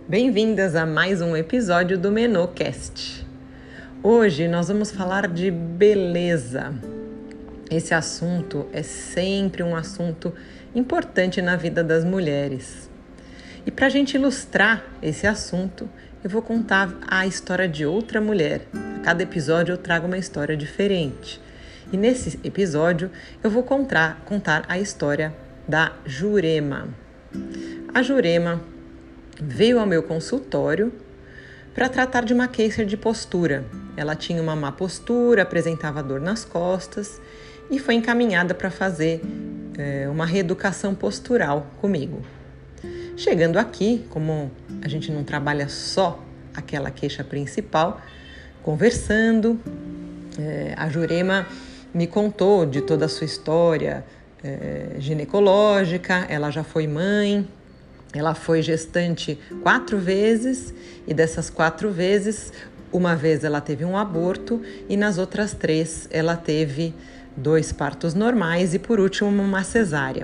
Bem-vindas a mais um episódio do Menocast. Hoje nós vamos falar de beleza. Esse assunto é sempre um assunto importante na vida das mulheres. E para a gente ilustrar esse assunto, eu vou contar a história de outra mulher. A cada episódio eu trago uma história diferente. E nesse episódio eu vou contar a história da Jurema. A Jurema veio ao meu consultório para tratar de uma queixa de postura. Ela tinha uma má postura, apresentava dor nas costas e foi encaminhada para fazer uma reeducação postural comigo. Chegando aqui, como a gente não trabalha só aquela queixa principal, conversando, a Jurema me contou de toda a sua história ginecológica. Ela já foi mãe. Ela foi gestante 4 vezes e dessas 4 vezes, uma vez ela teve um aborto e nas outras 3 ela teve 2 partos normais e por último uma cesárea.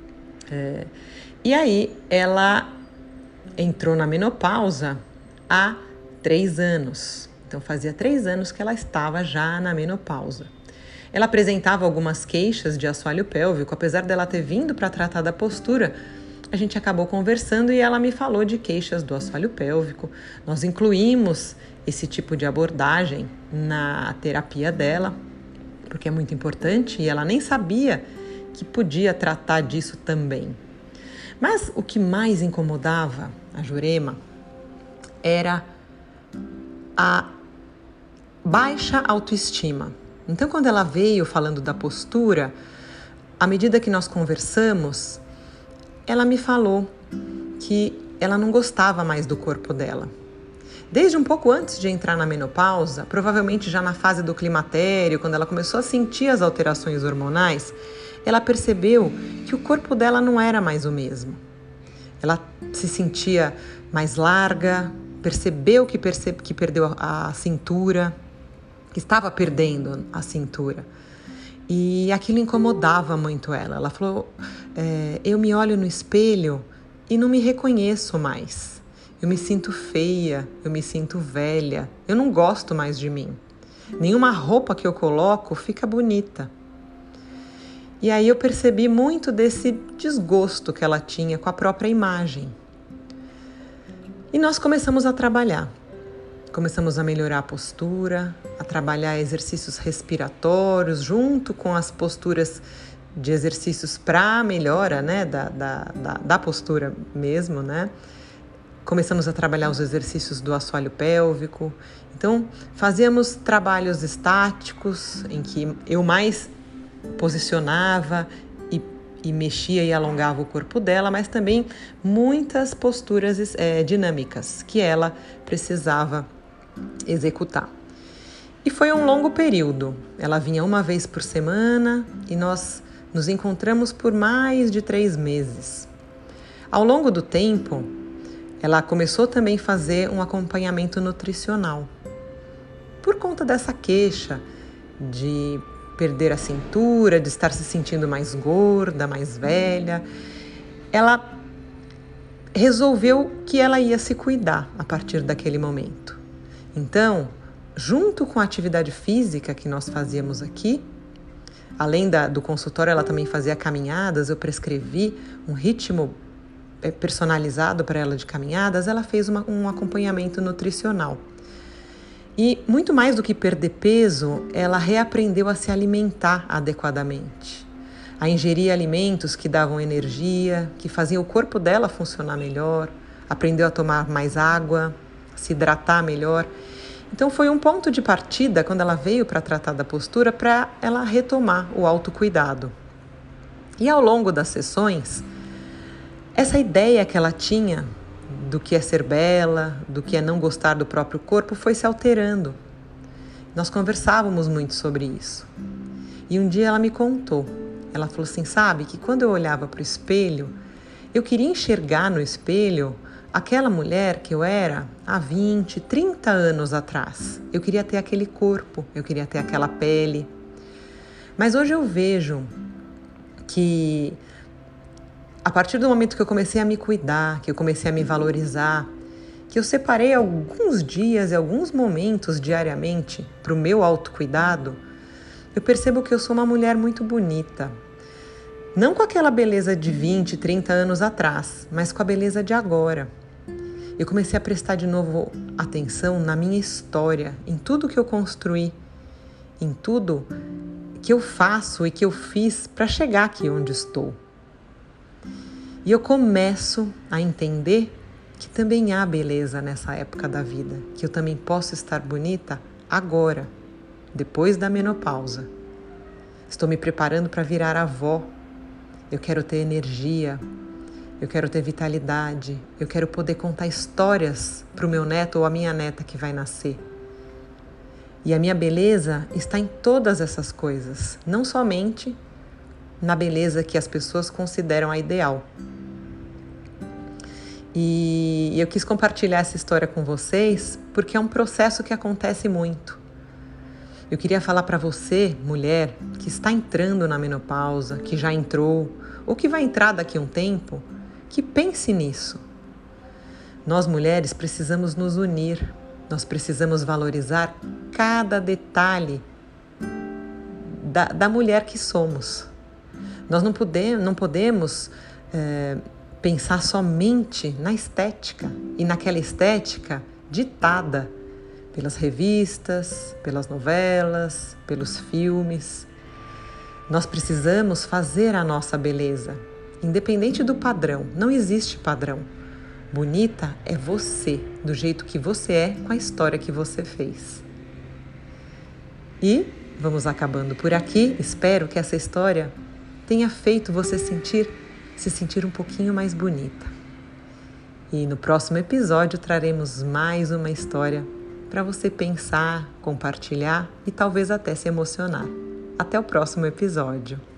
E aí ela entrou na menopausa há 3 anos. Então fazia 3 anos que ela estava já na menopausa. Ela apresentava algumas queixas de assoalho pélvico, apesar dela ter vindo para tratar da postura. A gente acabou conversando e ela me falou de queixas do assoalho pélvico. Nós incluímos esse tipo de abordagem na terapia dela, porque é muito importante e ela nem sabia que podia tratar disso também. Mas o que mais incomodava a Jurema era a baixa autoestima. Então, quando ela veio falando da postura, à medida que nós conversamos, ela me falou que ela não gostava mais do corpo dela. Desde um pouco antes de entrar na menopausa, provavelmente já na fase do climatério, quando ela começou a sentir as alterações hormonais, ela percebeu que o corpo dela não era mais o mesmo. Ela se sentia mais larga, percebeu que perdeu a cintura, que estava perdendo a cintura. E aquilo incomodava muito ela. Ela falou, eu me olho no espelho e não me reconheço mais. Eu me sinto feia, eu me sinto velha, eu não gosto mais de mim. Nenhuma roupa que eu coloco fica bonita. E aí eu percebi muito desse desgosto que ela tinha com a própria imagem. E nós começamos a trabalhar. Começamos a melhorar a postura, a trabalhar exercícios respiratórios junto com as posturas de exercícios para melhora, né, da postura mesmo, né? Começamos a trabalhar os exercícios do assoalho pélvico. Então, fazíamos trabalhos estáticos em que eu mais posicionava e mexia e alongava o corpo dela, mas também muitas posturas dinâmicas que ela precisava executar. E foi um longo período. Ela vinha uma vez por semana e nós nos encontramos por mais de 3 meses. Ao longo do tempo, ela começou também a fazer um acompanhamento nutricional. Por conta dessa queixa de perder a cintura, de estar se sentindo mais gorda, mais velha, ela resolveu que ela ia se cuidar a partir daquele momento. Então, junto com a atividade física que nós fazíamos aqui, além do consultório, ela também fazia caminhadas, eu prescrevi um ritmo personalizado para ela de caminhadas, ela fez um acompanhamento nutricional. E muito mais do que perder peso, ela reaprendeu a se alimentar adequadamente, a ingerir alimentos que davam energia, que faziam o corpo dela funcionar melhor, aprendeu a tomar mais água, se hidratar melhor. Então foi um ponto de partida quando ela veio para tratar da postura para ela retomar o autocuidado. E ao longo das sessões, essa ideia que ela tinha do que é ser bela, do que é não gostar do próprio corpo foi se alterando. Nós conversávamos muito sobre isso. E um dia ela me contou, ela falou assim, sabe que quando eu olhava para o espelho, eu queria enxergar no espelho aquela mulher que eu era há 20, 30 anos atrás. Eu queria ter aquele corpo, eu queria ter aquela pele. Mas hoje eu vejo que a partir do momento que eu comecei a me cuidar, que eu comecei a me valorizar, que eu separei alguns dias e alguns momentos diariamente para o meu autocuidado, eu percebo que eu sou uma mulher muito bonita. Não com aquela beleza de 20, 30 anos atrás, mas com a beleza de agora. Eu comecei a prestar de novo atenção na minha história, em tudo que eu construí, em tudo que eu faço e que eu fiz para chegar aqui onde estou. E eu começo a entender que também há beleza nessa época da vida, que eu também posso estar bonita agora, depois da menopausa. Estou me preparando para virar avó. Eu quero ter energia, eu quero ter vitalidade, eu quero poder contar histórias para o meu neto ou a minha neta que vai nascer. E a minha beleza está em todas essas coisas, não somente na beleza que as pessoas consideram a ideal. E eu quis compartilhar essa história com vocês porque é um processo que acontece muito. Eu queria falar para você, mulher, que está entrando na menopausa, que já entrou ou que vai entrar daqui a um tempo, que pense nisso. Nós mulheres precisamos nos unir, nós precisamos valorizar cada detalhe da mulher que somos. Nós não podemos pensar somente na estética e naquela estética ditada pelas revistas, pelas novelas, pelos filmes. Nós precisamos fazer a nossa beleza, independente do padrão. Não existe padrão. Bonita é você, do jeito que você é, com a história que você fez. E vamos acabando por aqui. Espero que essa história tenha feito você se sentir um pouquinho mais bonita. E no próximo episódio traremos mais uma história para você pensar, compartilhar e talvez até se emocionar. Até o próximo episódio.